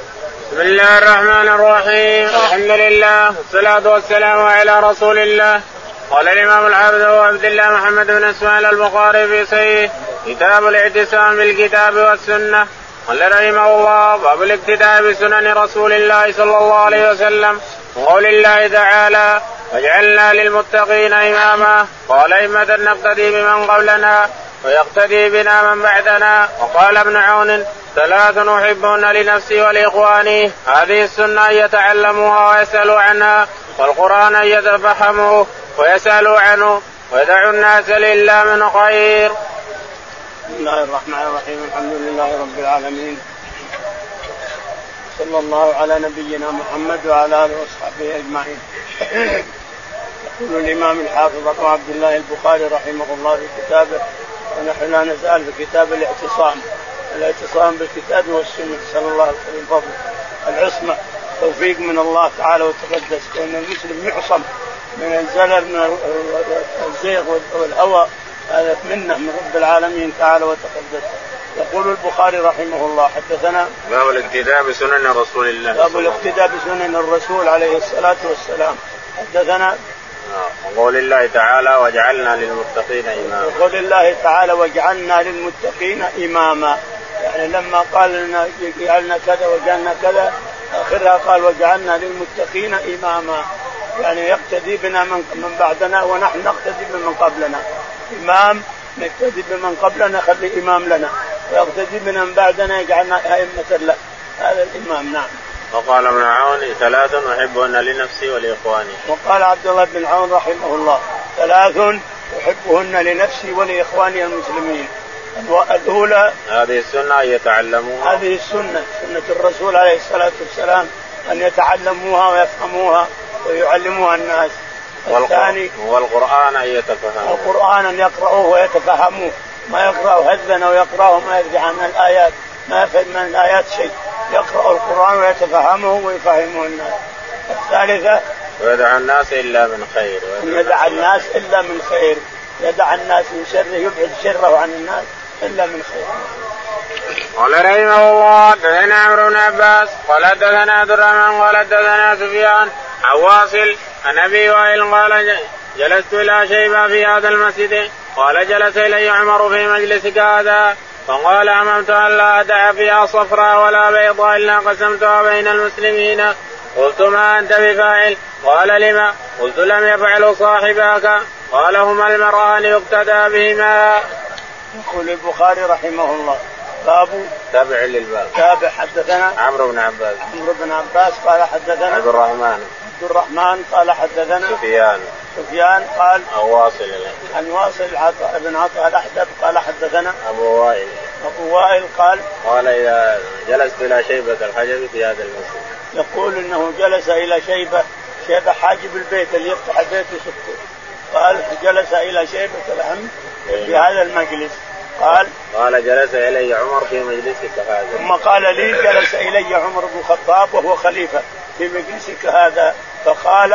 بسم الله الرحمن الرحيم. الحمد لله والصلاة والسلام على رسول الله. قال الإمام الحافظ أبو عبد الله محمد بن إسماعيل البخاري في صحيح كتاب الاعتصام بالكتاب والسنة. قال رحمه الله باب الاقتداء بسنن رسول الله صلى الله عليه وسلم وقول الله تعالى وجعلنا للمتقين إماما. قال أئمة نقتدي بمن قبلنا ويقتدي بنا من بعدنا. وقال ابن عون ثلاث أحبهن لنفسي ولإخواني. هذه السنة أن يتعلموها ويسألوا عنها، والقرآن أن يتفهموه ويسألوا عنه، ويدعوا الناس لله من خير. بسم الله الرحمن الرحيم. الحمد لله رب العالمين، صلى الله على نبينا محمد وعلى آله وصحبه أجمعين. يقول الإمام الحافظ أبو عبد الله البخاري رحمه الله في كتابه، ونحن لا نزال في كتاب الاعتصام بالكتاب والسنة. نسأل الله الفضل العصمة توفيق من الله تعالى وتقدس، لأن المسلم يعصم من الزلل من الزيغ والهوى، هذا منه من رب العالمين تعالى وتقدس. يقول البخاري رحمه الله حدثنا باب الاقتداء بسنن رسول الله، باب الاقتداء بسنن الرسول عليه الصلاة والسلام. حدثنا وقول الله تعالى وجعلنا للمتقين إماما. وقول الله تعالى وجعلنا للمتقين إماما، يعني لما قال لنا جعلنا كذا وجعلنا كذا، آخرها قال وجعلنا للمتقين إماما، يعني يقتدي بنا من بعدنا ونحن نقتدي بمن قبلنا. إمام نقتدي بمن قبلنا خلي إمام لنا، ويقتدي بنا من بعدنا يجعلنا أئمة له، هذا الإمام. نعم. وقال ابن عون ثلاث أحبهن لنفسي ولإخواني. وقال عبد الله بن عون رحمه الله ثلاث أحبهن لنفسي ولإخواني المسلمين. الأولى هذه السنة أن يتعلموها، هذه سنة الرسول عليه الصلاة والسلام أن يتعلموها ويفهموها ويعلموها الناس. الثاني والقرآن أن يتفهموه، القرآن أن يقرأوه ويتفهموه، ما يقرأوا هذبا ويقرأوا ما يرجع عن الآيات، ما يفهم من الآيات شيء، يقرأ القرآن ويتفهمه ويفهمه الناس. الثالثة ويدع الناس إلا من خير، يدع الناس إلا من خير، يدع الناس من شره، يبعد شره عن الناس إلا من خير. قال رحمه الله حدثنا عمرو بن عباس قال حدثنا عبد الرحمن قال حدثنا سفيان عن واصل عن أبي وائل قال جلست إلى شيبة في هذا المسجد، قال جلس إلي عمر في مجلسك هذا، فقال أممت أن لا أدع فيها صفراء ولا بيضاء إلا قسمتها بين المسلمين. قلت ما أنت بفاعل؟ قال لما؟ قلت لم يفعل صاحبك؟ قال هما المرآن يقتدى بهما. يقول البخاري رحمه الله باب تابع للباب. تابع. حدثنا عمرو بن عباس قال حدثنا عبد الرحمن قال حدثنا سفيان قال عن واصل بن عطاء الأحدب قال حدثنا أبو وائل قال إذا جلست إلى شيبة الحجب في هذا المسجد، يقول إنه جلس إلى شيبة حاجب البيت اللي يفتح البيت يسكت، قال جلس إلى شيبة الهم في هذا المجلس، قال جلس إلي عمر في مجلسك هذا، ثم قال لي جلس إلي عمر بن الخطاب وهو خليفة في مجلسك هذا، فقال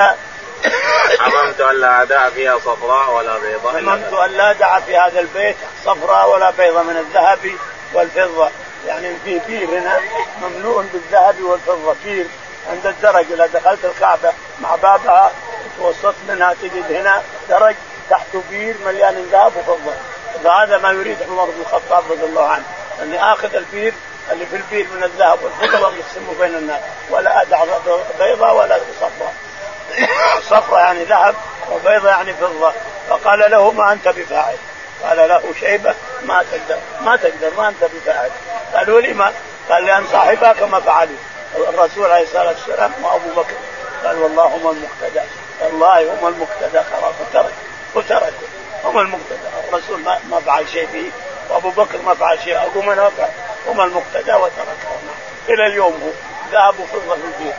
أممت أن لا أدع فيها صفراء ولا بيضاء، أممت أن لا أدع في هذا البيت صفراء ولا بيضاء من الذهب والفضة، يعني في بير هنا مملوء بالذهب والفضة، بير عند الدرج، إذا دخلت الكعبة مع بابها توسط منها تجد هنا درج تحته بير مليان ذهب وفضة. فهذا ما يريد عمر بن الخطاب رضي الله عنه، أن آخذ البير اللي في البير من الذهب والفضة ويقسمه بين الناس، ولا أدع بيضة ولا صفرة يعني ذهب وبيضة يعني فضة. فقال له ما أنت بفاعل؟ قال له شيبة ما تقدر ما أنت بفاعل. قالوا لما؟ قال لأن صاحبها كما فعلوا الرسول عليه الصلاة والسلام وأبو بكر. قال والله هم المقتدى، والله هم المقتدى، خلاص وترك هم المقتدى. الرسول ما فعل شيء فيه، وأبو بكر ما فعل شيء، أبو من وقع هم المقتدى وتركهم إلى اليوم. هو ذهب وفضة في البيت.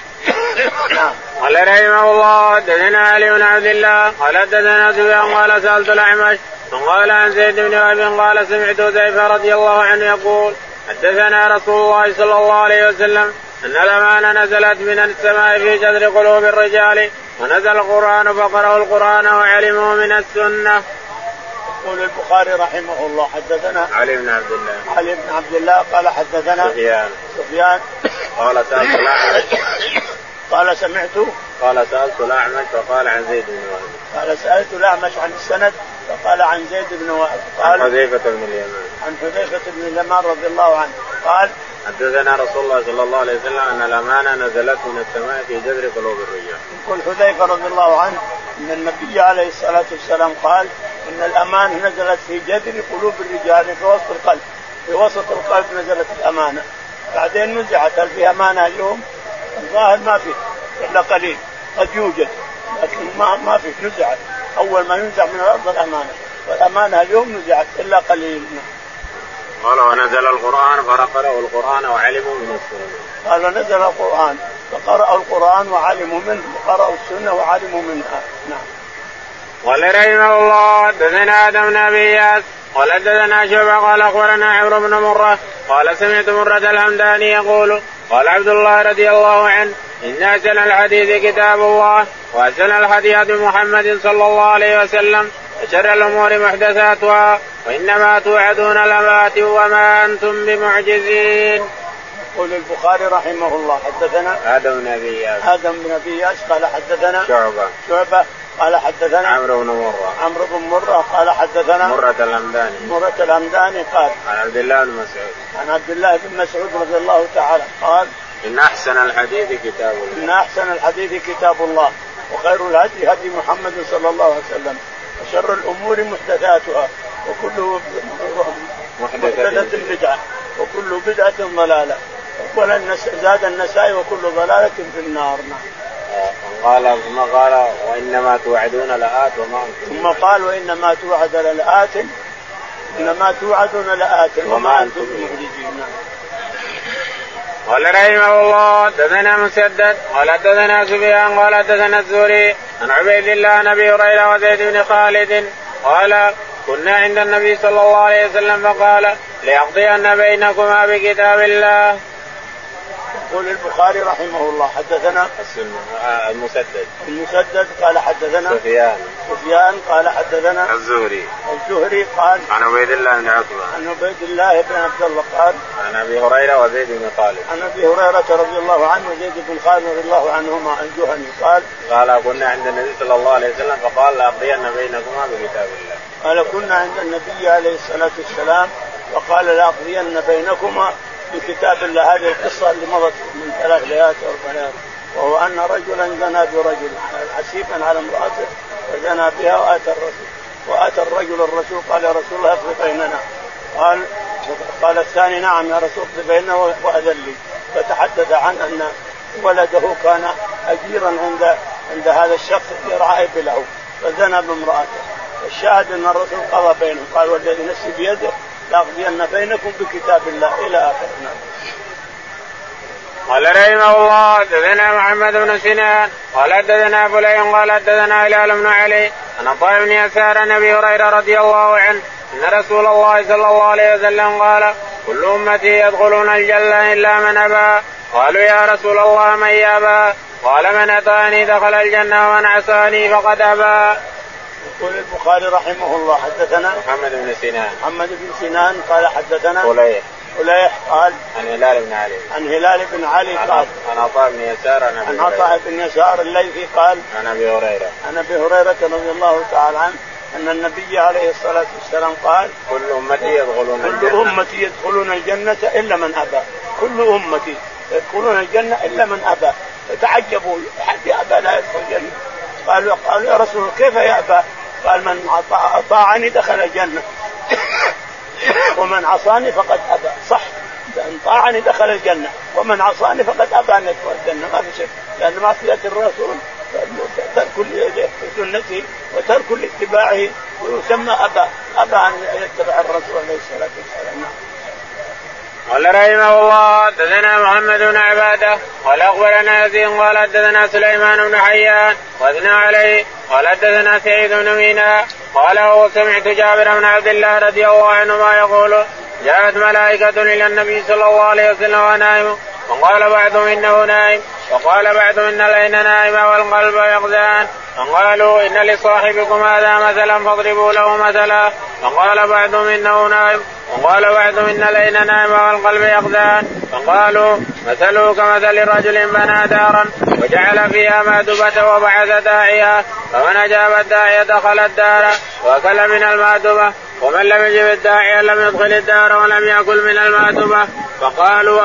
قال رحمه الله حدثنا علي بن عبد الله قال حدثنا سفيان قال سألت الأعمش قال عن زيد بن وهب قال سمعت حذيفة رضي الله عنه يقول حدثنا رسول الله صلى الله عليه وسلم أن الأمانة نزلت من السماء في جذر قلوب الرجال، ونزل القرآن فقرأوا القرآن وعلموا من السنة. يقول البخاري رحمه الله حدثنا علي بن عبد الله قال حدثنا سفيان قال سألت الأعمش قال سمعت قال سألت الأعمش فقال عن زيد بن وهب قال سألت الأعمش عن السند فقال عن زيد بن وهب عن حذيفة بن اليمان عن حذيفة بن اليمان رضي الله عنه قال حدثنا رسول الله صلى الله عليه وسلم أن الأمانة نزلت من السماء في جذر قلوب الرجال. يقول حذيفة رضي الله عنه أن النبي عليه الصلاة والسلام قال إن الأمانة نزلت في جذر قلوب الرجال في وسط القلب، في وسط القلب نزلت الأمانة، بعدين نزعت. هل في أمانة اليوم؟ الظاهر ما في إلا قليل، قد يوجد لكن ما في، نزعت. أول ما ينزع من الأرض الأمانة، والأمانة اليوم نزعت إلا قليل. قال ونزل القرآن فقرأوا القرآن وعلموا من السنة. قال ونزل القرآن فقرأوا القرآن وعلموا منه، وقرأوا السنة وعلموا منها. نعم. قال رحمه الله حدثنا آدم بن أبي إياس قال حدثنا شعبة قال أخبرنا عمرو بن مرة قال سمعت مرة الحمداني يقول قال عبد الله رضي الله عنه إن أحسن الحديث كتاب الله وأحسن الهدي هدي محمد صلى الله عليه وسلم وشر الأمور محدثاتها وإنما توعدون لآت وما أنتم بمعجزين. يقول البخاري رحمه الله حدثنا آدم بن أبي إياس قال حدثنا شعبة قال حدثنا عمرو بن مرة قال حدثنا مرة الهمداني قال عن عبد الله بن مسعود رضي الله تعالى قال إن أحسن الحديث كتاب الله وخير الهدي هدي محمد صلى الله عليه وسلم وشر الأمور محدثاتها وكل محدثة بدعة وكل بدعة ضلالة زاد النسائي وكل ضلالة في النار. ثم قال وإنما توعدون لآت وما أنتم ثم قال وإنما توعدون لآت وما أنتم بمعجزين. قال رحمه الله حدثنا مسدد قال حدثنا سفيان قال حدثنا الزهري عن عبيد الله عن أبي هريرة وزيد بن خالد قال كنا عند النبي صلى الله عليه وسلم فقال لأقضين بينكما بكتاب الله. يقول البخاري رحمه الله حدثنا المسدد قال حدثنا سفيان قال حدثنا الزهري قال عن عبيد الله بن عبد الله قال عن أبي هريرة وزيد بن خالد عن أبي هريرة رضي الله عنه وزيد بن خالد رضي الله عنهما الجهني قال كنا عند النبي صلى الله عليه وسلم فقال لأقضين بينكما بكتاب الله. قال كنا عند النبي عليه الصلاة والسلام وقال لأقضين بينكما بكتاب الله. هذه القصة اللي مضت من 3 ليالي أو 4 ليالي، وهو أن رجلا زنى برجل عسيفا على امرأته فزنى بها وآتى الرسول قال يا رسول الله اقض بيننا. قال الثاني نعم يا رسول اقض بيننا وأذن لي. فتحدث عن أن ولده كان أجيرا عند هذا الشخص يرعى إبله فزنى بامرأته. الشاهد أن الرسول قضى بينهم قال والذي نفسي بيده لأقضين بينكم بكتاب الله إلى آخرنا. قال رحمه الله حدثنا محمد بن سنان قال حدثنا فليح قال حدثنا هلال بن علي عن عطاء بن يسار عن أبي هريرة رضي الله عنه أن رسول الله صلى الله عليه وسلم قال كل أمتي يدخلون الجنة إلا من أبى. قالوا يا رسول الله من يأبى؟ قال من أطاعني دخل الجنة ومن عصاني فقد أبى. يقول البخاري رحمه الله حدثنا محمد بن سنان قال حدثنا فليح قال عن هلال بن علي قال عن عطاء بن يسار الليثي قال عن أبي هريرة رضي الله تعالى عنه أن النبي عليه الصلاة والسلام قال كل أمتي يدخلون الجنة إلا من أبى. كل أمتي يدخلون الجنة إلا من أبى. فتعجبوا حد أبى لا يدخل الجنة. قالوا يا رسول الله كيف يأبى؟ قال من أطاعني دخل الجنة ومن عصاني فقد أبى. صح، من طاعني دخل الجنة ومن عصاني فقد أبى أن يدخل الجنة، ما في شيء، لأن معصية الرسول ترك سنته وترك اتباعه ويسمى أبى أن يتبع الرسول عليه الصلاة والسلام. قال رحمه الله حدثنا محمد بن عبادة قال أخبرنا يزيد قال حدثنا سليمان بن حيان واثنى عليه قال حدثنا سعيد بن مينا قال سمعت جابر بن عبد الله رضي الله عنهما يقول جاءت ملائكة إلى النبي صلى الله عليه وسلم ونائم وقال بعضهم إنه نائم وقال بعضهم إن العين نائمة والقلب يقظان فقالوا إن لصاحبكم هذا مثلا فاضربوا له مثلا فقال بعضهم إنه نائم وقال بعضهم إن العين نائمة والقلب يقظان فقالوا مثله كمثل رجل بنى دارا وجعل فيها مأدبة وبعث داعيها فمن أجاب الداعية دخل الدار وأكل من المأدبة ومن لم يجب الداعية لم يدخل الدار ولم يأكل من المأدبة فقالوا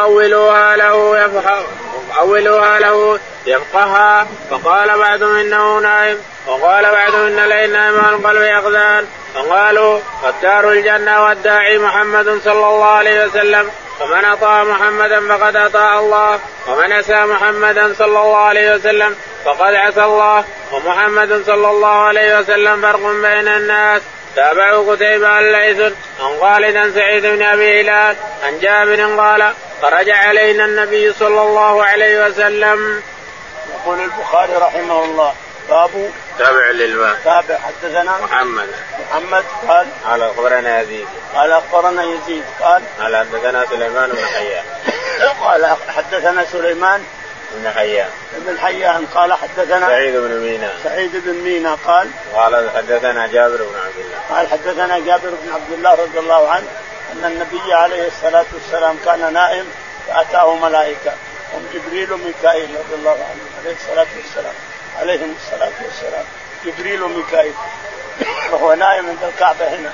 أولوها له يفقهها فقال بعضهم إنه نائم وقال بعضهم إن العين نائمة والقلب يقظان فقالوا فالدار الجنة والداعي محمد صلى الله عليه وسلم فمن أطاع محمدا فقد أطاع الله ومن عصى محمدا صلى الله عليه وسلم فقد عصى الله ومحمد صلى الله عليه وسلم فرق بين الناس. تابعوا قتيبة الليث عن خالد عن سعيد بن أبي هلال عن جابر قال خرج علينا النبي صلى الله عليه وسلم. يقول البخاري رحمه الله باب تابع للباب. تابع حدثنا محمد قال على أخبرنا يزيد قال أخبرنا يزيد قال على حدثنا سليمان بن حيان قال حدثنا سليمان بن حيان قال حدثنا سعيد بن مينا قال حدثنا جابر بن عبد الله قال حدثنا جابر بن عبد الله رضي الله عنه أن النبي عليه الصلاة والسلام كان نائم فأتاه ملائكة هم جبريل وميكائيل رضي الله عنهم عليهم الصلاة والسلام جبريل وميكائيل وهو نائم عند الكعبة هنا.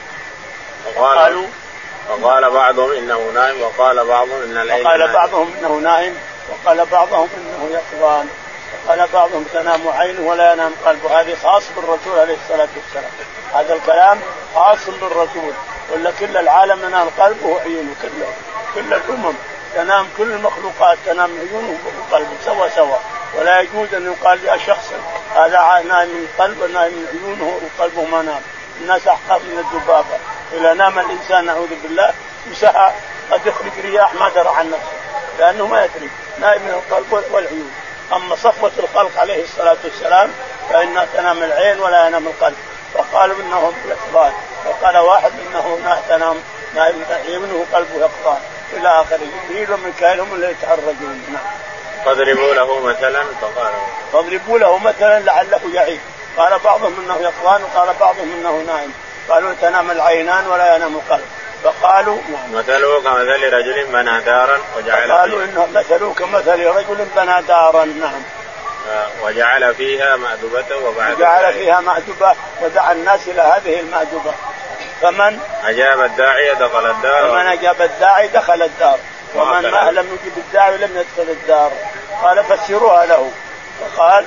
وقال بعضهم إنه نائم وقال بعضهم إن العين وقال بعضهم إنه نائم وقال بعضهم إنه يقظان وقال بعضهم تنام عينه ولا ينام قلبه. هذه خاص بالرسول عليه الصلاة والسلام. هذا الكلام خاص بالرسول ولا كل العالم ينام قلبه وعينه كل الأمم تنام كل المخلوقات تنام عيونه وقلبه سوا ولا يجوز أن يقال لشخص هذا نائم من قلب ونائم من عيونه وقلبه ما نام. الناس أحقر من الذبابة. إذا نام الإنسان نعوذ بالله وسهى قد يخرج رياح ما درى عن نفسه لأنه ما يدري نائم من القلب والعيون. أما صفوة الخلق عليه الصلاة والسلام فإنها تنام العين ولا ينام القلب. فقالوا إنهم يقظان وقال واحد إنه تنام نائم عيونه وقلبه يقظان إلى آخره. جبريل وميكائيل هم اللي يتعرجون. فاضربوا له مثلا لعله يعي. قال بعضهم إنه يقظان وقال بعضهم إنه نائم. قالوا تنام العينان ولا ينام القلب. فقالوا مثله كمثل رجل بنى دارا قالوا إنه مثله كمثل رجل بنى دارا. نعم. وجعل فيها مأدبة ودعا الناس إلى هذه المأدبة. فمن أجاب الداعي دخل الدار ومن لم يجب الداعي لم يدخل الدار. قال فسروها له. فقال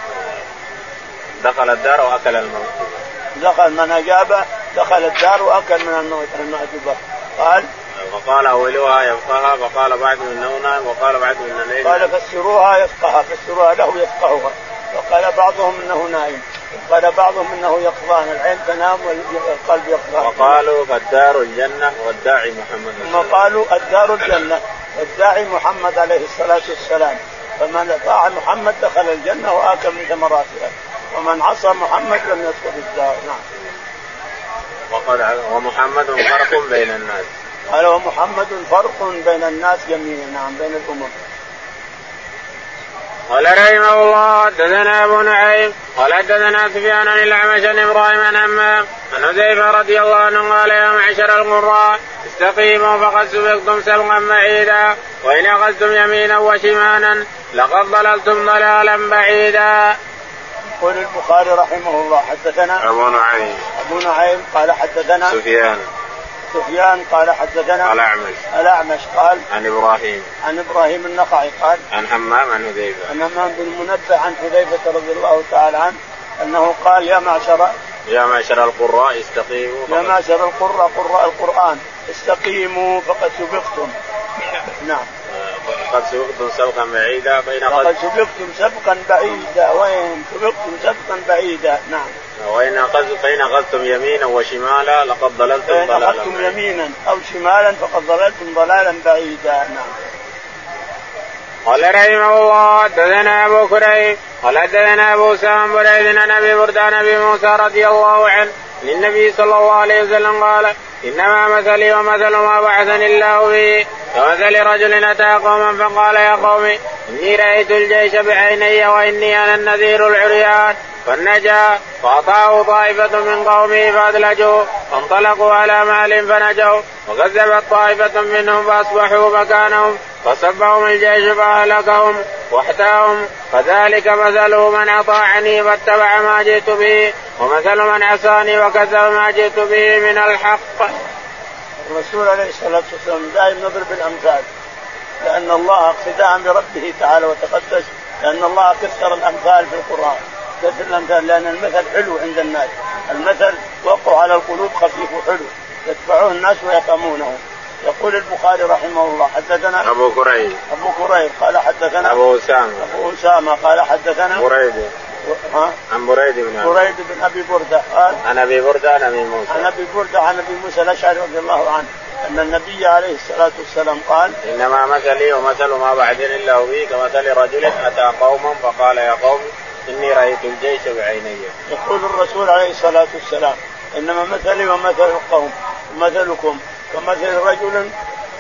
دخل الدار وأكل الموت. من أجاب دخل الدار وأكل من المأدبة. فقال أولوها يفقهها فقال بعضهم إنه نائم وقال بعضهم إنه نائم. قال فسروها له يفقهها. وقال بعضهم إنه نائم وقال بعضهم إنه يقظان. العين تنام والقلب يقظان. وقالوا فالدار الجنة والداعي محمد. ثم قالوا الدار الجنة والداعي محمد عليه الصلاة والسلام. فمن أطاع محمد دخل الجنة وآكل من ثمراتها ومن عصى محمد لم يدخل الدار. نعم. ومحمد فرق بين الناس. قال ومحمد فرق بين الناس جميعا. نعم بين الأمم. قال رحمه الله حدثنا أبو نعيم قال حدثنا سفيان عن الأعمش عن إبراهيم عن همام عن حذيفة رضي الله عنه قال يا معشر القراء استقيموا فقد سبقتم سبقا بعيدا وإن أخذتم يمينا وشمالا لقد ضللتم ضلالا بعيدا. يقول البخاري رحمه الله حدثنا أبو نعيم قال حدثنا سفيان قال حدثنا الأعمش قال عن إبراهيم النخعي قال عن همام بن منبه عن حذيفة رضي الله تعالى عنه أنه قال يا معشر القراء استقيموا. يا معشر القراء قراء القرآن استقيموا فقد سبقتم. نعم. قد سبقتم سبقا بعيدا وين سبقتم سبقا بعيدا. نعم. فإن أخذتم يمينا وشمالا لقد ضللتم ضلالا. فإن أخذتم يمينا أو شمالا فقد ضللتم ضلالا بعيدا. نعم. قال رحمه الله حدثنا أبو كريب قال حدثنا أبو سام بريد عن أبي بردة عن أبي موسى رضي الله عنه للنبي صلى الله عليه وسلم قال إنما مثلي ومثل ما بعثني الله به كمثل رجل أتى قوما فقال يا قوم إني رأيت الجيش بعيني وإني أنا النذير العريان فالنجا فأطاعوا طائفة من قومه فأدلجوا فانطلقوا على مال فنجوا وكذبت طائفة منهم فأصبحوا مكانهم فصبهم الجيش فأهلكهم واحتاهم فذلك مثل من أطاعني واتبع ما جئت به ومثل من عصاني وكذب ما جئت به من الحق. الرسول عليه الصلاة والسلام دائما يضرب الأمثال لأن الله اقتداء بربه تعالى وتقدس لأن الله كثر الأمثال في القرآن كثر الأمثال لأن المثل حلو عند الناس المثل وقع على القلوب خفيف وحلو يتبعه الناس ويفهمونه. يقول البخاري رحمه الله حدثنا أبو كريب قال حدثنا أبو أسامة قال حدثنا عن بريد بن أبي بردة قال عن أبي بردة عن أبي موسى الأشعري رضي الله عنه أن النبي عليه الصلاة والسلام قال إنما مثلي ومثل ما بعثني الله به كمثل رجل أتى قوما فقال يا قوم إني رأيت الجيش بعيني. يقول الرسول عليه الصلاة والسلام إنما مثلي ومثل القوم ومثلكم كمثل رجل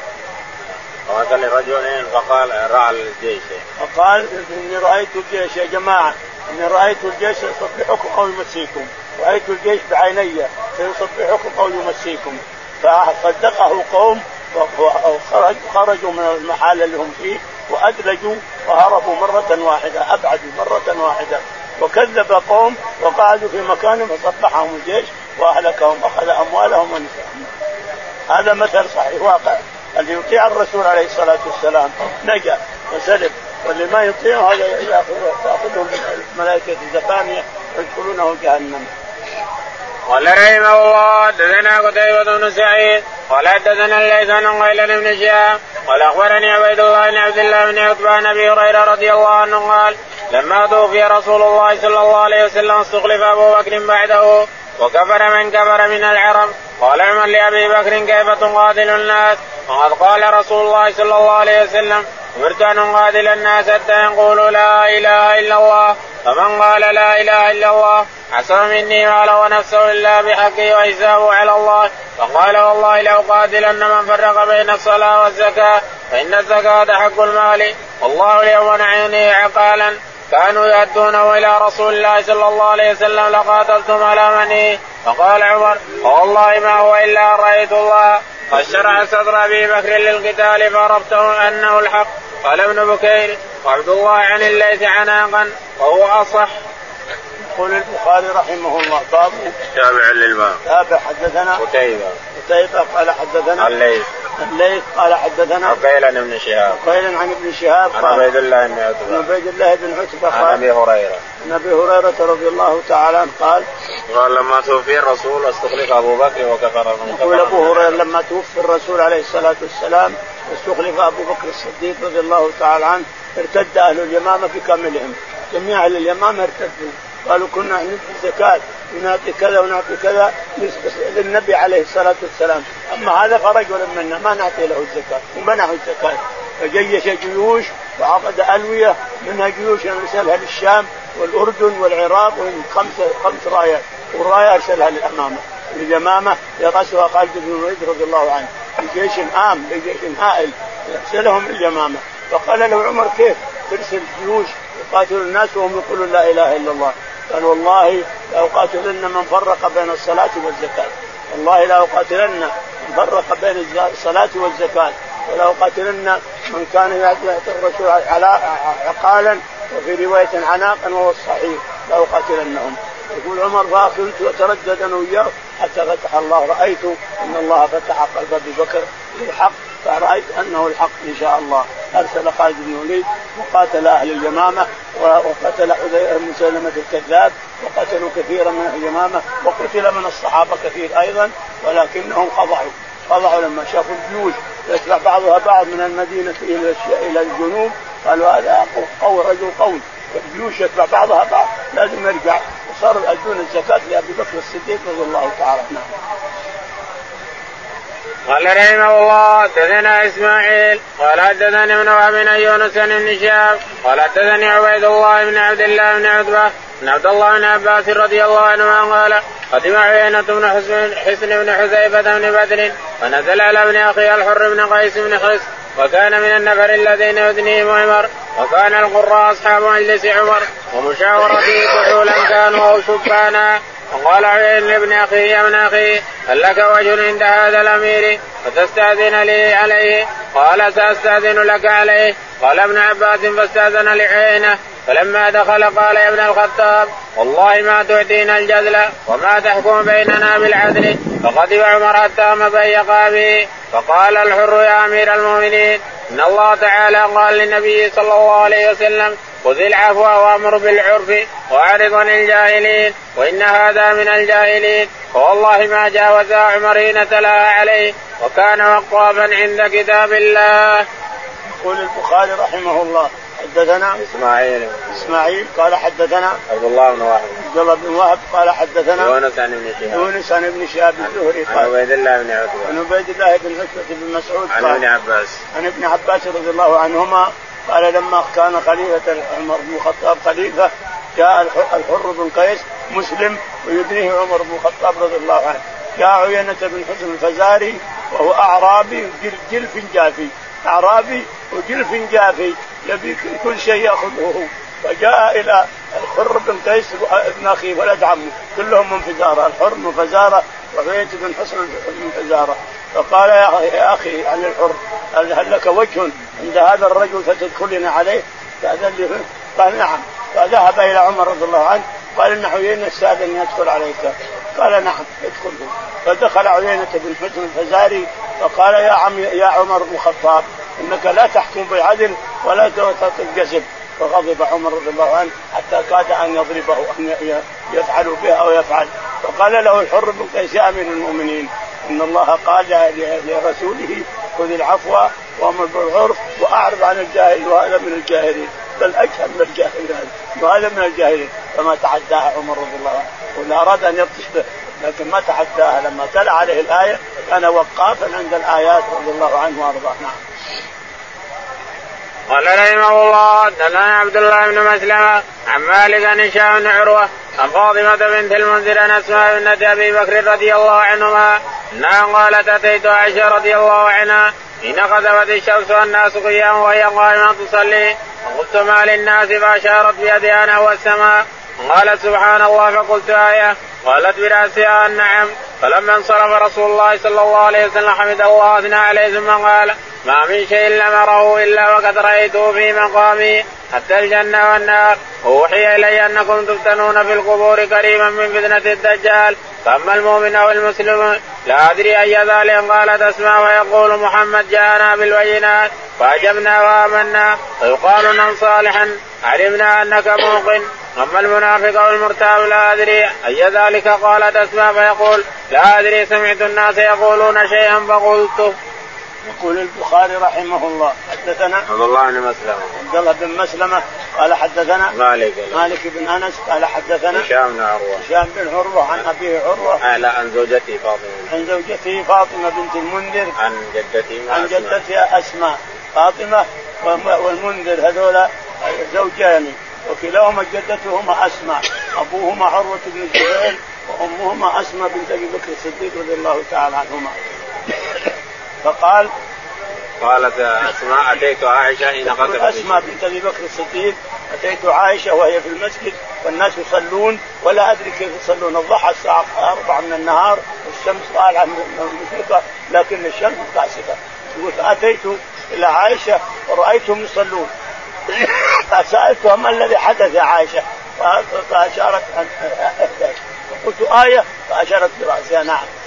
فقال رأى الجيش فقال إني رأيت الجيش يا جماعة إني رأيت الجيش يصبحكم أو يمسيكم رأيت الجيش بعيني سيصبحكم أو يمسيكم فصدقه قوم خرجوا من المحال اللي هم فيه وأدلجوا وهربوا مرة واحدة أبعدوا مرة واحدة وكذب قوم وقعدوا في مكانهم فصبحهم الجيش وأهلكهم أخذ أموالهم ونساءهم. هذا مثل صحيح واقع اللي يطيع الرسول عليه الصلاة والسلام نجا وسلم واللي ما يطيع هذا يأخذهم الملائكة الزبانية ويدخلونه جهنم. قال رحمه الله حدثنا قتيبة بن سعيد قال حدثنا الليث عن غيلان بن شهاب قال أخبرني عبيد الله بن عبد الله بن عتبة عن أبي هريرة رضي الله عنه قال لما توفي رسول الله صلى الله عليه وسلم استخلف أبو بكر بعده وكفر من كفر من العرب قال عمر لأبي بكر كيف تقاتل الناس وقد قال رسول الله صلى الله عليه وسلم أمرت أن أقاتل الناس حتى يقولوا لا إله إلا الله فمن قال لا إله إلا الله عصم مني ماله ونفسه إلا بحقه وحسابه على الله فقال والله لأقاتلن من فرق بين الصلاة والزكاة فإن الزكاة حق المال والله اليوم نعني عقالا كانوا يؤدونه إلى رسول الله صلى الله عليه وسلم لقاتلتم على منه. فقال عمر والله ما هو إلا رأيت الله قد شرع صدر أبي بكر للقتال فعرفته أنه الحق. قال ابن بكير وعبد الله عن الليث عناقا وهو أصح. يقول البخاري رحمه الله باب تابع للباب تابع حدثنا قتيبة قال حدثنا الليث قال حدثنا غيلان بن شهاب عن عبيد الله بن عتبة عن أبي هريرة رضي الله تعالى عنه قال لما توفي الرسول استخلف أبو بكر وكفر من يقول أبو هريرة لما توفي الرسول عليه الصلاة والسلام استخلف أبو بكر الصديق رضي الله تعالى عنه ارتد أهل اليمامة بكاملهم جميع أهل اليمامة ارتدوا قالوا كنا نعطي الزكاة ونعطي كذا ونعطي كذا للنبي عليه الصلاة والسلام أما هذا فرجل منا ما نعطي له الزكاة ومنعه الزكاة فجيش جيوش وعقد ألوية منها جيوش أرسلها للشام والأردن والعراق خمس رايات والراية أرسلها لليمامة يرأسها خالد بن الوليد رضي الله عنه بجيش بجيش هائل يرسلهم اليمامة. فقال له عمر كيف ترسل جيوش يقاتل الناس وهم يقولون لا إله إلا الله؟ قال والله لا أقاتلن من فرق بين الصلاة والزكاة والله لا أقاتلن من فرق بين الصلاة والزكاة ولا أقاتلن من كان يعطي الرسول على عقالا وفي رواية عناقا وهو الصحيح لا أقاتلنهم. يقول عمر فأخذت وتردد أنا وياه حتى فتح الله رأيت أن الله فتح قلب أبي بكر للحق فرأيت أنه الحق إن شاء الله. أرسل خالد بن الوليد وقاتل أهل اليمامة وقتل مسيلمة الكذاب وقتلوا كثيرا من أهل اليمامة وقتل من الصحابة كثير أيضا ولكنهم خضعوا لما شافوا الجيوش يتبع بعضها بعض من المدينة إلى الجنوب قالوا هذا رجل قوي والجيوش يتبع بعضها بعض لازم نرجع وصاروا يؤدون الزكاة لأبي بكر الصديق رضي الله تعالى عنه. قال رحمه الله حدثنا اسماعيل قال حدثني ابن وهب عن يونس بن شهاب قال حدثني عبيد الله بن عبد الله بن عتبة بن عبد الله بن عباس رضي الله عنهما قال قدم عيينة بن حسن بن حذيفة بن بدر فنزل على ابن اخيه الحر بن قيس بن خس وكان من النفر الذين يدنيهم عمر وكان القراء اصحاب مجلس عمر ومشاورته كحولا كانوا او شبانا. وقال عيين لابن اخيه يا ابن اخي هل لك وجه عند هذا الامير فتستاذن لي عليه؟ قال ساستاذن لك عليه. قال ابن عباس فاستاذن لعيينه فلما دخل قال يا ابن الخطاب والله ما تعطينا الجزل وما تحكم بيننا بالعدل. فغضب عمر حتى مضيق به فقال الحر يا امير المؤمنين ان الله تعالى قال للنبي صلى الله عليه وسلم خذ العفو وامر بالعرف واعرض عن الجاهلين وان هذا من الجاهلين. فوالله ما جاوزها عمر حين تلاها عليه وكان وقافا عند كتاب الله. يقول البخاري رحمه الله حدثنا اسماعيل قال حدثنا عبد الله بن وهب قال حدثنا يونس عن ابن شهاب الزهري عن عبيد الله بن عتبة بن مسعود عن ابن عباس رضي الله عنهما قال لما كان خليفة عمر بن الخطاب خليفة جاء الحر بن قيس مسلم ويدنيه عمر بن الخطاب رضي الله عنه. جاء عيينة بن حسن الفزاري وهو أعرابي جلف جافي أعرابي وجلف جافي يبي كل شيء يأخذه. فجاء إلى الحر بن قيس ابن أخيه ولد عمه كلهم من فزارة الحر من فزارة وعيينة بن حسن من فزارة. فقال يا أخي عن الحر هل لك وجه عند هذا الرجل فتدخلنا عليه؟ قال نعم. فذهب إلى عمر رضي الله عنه قال إن عيينة استأذن يدخل عليك. قال نعم ادخله. فدخل عيينة بن حسن الفزاري فقال يا عمر بن الخطاب إنك لا تحكم بالعدل ولا تعطي الجزل. فغضب عمر رضي الله عنه حتى كاد أن يضربه أن يفعل بها أو يفعل. فقال له الحر بن قيس يا أمير المؤمنين إن الله قال لرسوله خذ العفو وأمر بالعرف وأعرض عن الجاهل وهذا من الجاهلين بل أجهل من الجاهلين وهذا من الجاهلين. فما تعداها عمر رضي الله عنه ولا أراد أن يبطش به لكن ما تعداها. لما تلا عليه الآية كان وقافا عند الآيات رضي الله عنه وأرضاه. قال رحمه الله حدثنا عبد الله بن مسلمة عن مالك عن هشام بن عروة عن فاطمة بنت المنذر عن أسماء بنت أبي بكر رضي الله عنهما أنها قالت أتيت عائشة رضي الله عنها حين خسفت الشمس والناس قيام وهي قائمة تصلي فقلت ما للناس فأشارت بيدها نحو السماء قالت سبحان الله فقلت آية قالت برأسها النعم. فلما انصرف رسول الله صلى الله عليه وسلم حمد الله أثنى عليه ثم قال ما من شيء لم أره إلا وقد رأيته في مقامي حتى الجنة والنار. أوحي إلي أنكم تفتنون في القبور قريبا من فتنة الدجال فأما المؤمن أو المسلم لا أدري أي ذلك. قالت أسماء ويقول محمد جاءنا بالبينات فأجبنا وآمنا فيقال نعم صالحا علمنا أنك موقن. أما المنافق أو المرتاب لا أدري أي ذلك. قالت أسماء فيقول لا أدري سمعت الناس يقولون شيئا فقلت. يقول البخاري رحمه الله حدثنا عبد الله بن مسلمة قال حدثنا مالك بن أنس قال حدثنا هشام بن عروة عن أبيه عروة عن زوجته فاطمة بنت المنذر عن جدتها أسماء. فاطمة والمنذر هذولا زوجان وكلاهما جدتهما أسماء أبوهما عروة بن الزبير وأمهما أسماء بنت أبي بكر الصديق رضي الله تعالى عنهما. قالت أسماء أتيت عائشة حين خسفت أسماء بنت أبي بكر الصديق أتيت عائشة وهي في المسجد والناس يصلون ولا أدري كيف يصلون. الضحى الساعة 4 من النهار والشمس طالعة من المشرقة لكن الشمس كاسفة. فأتيت إلى عائشة ورأيتهم يصلون فسألتها ما الذي حدث يا عائشة فأشارت قلت آية فأشارت برأسها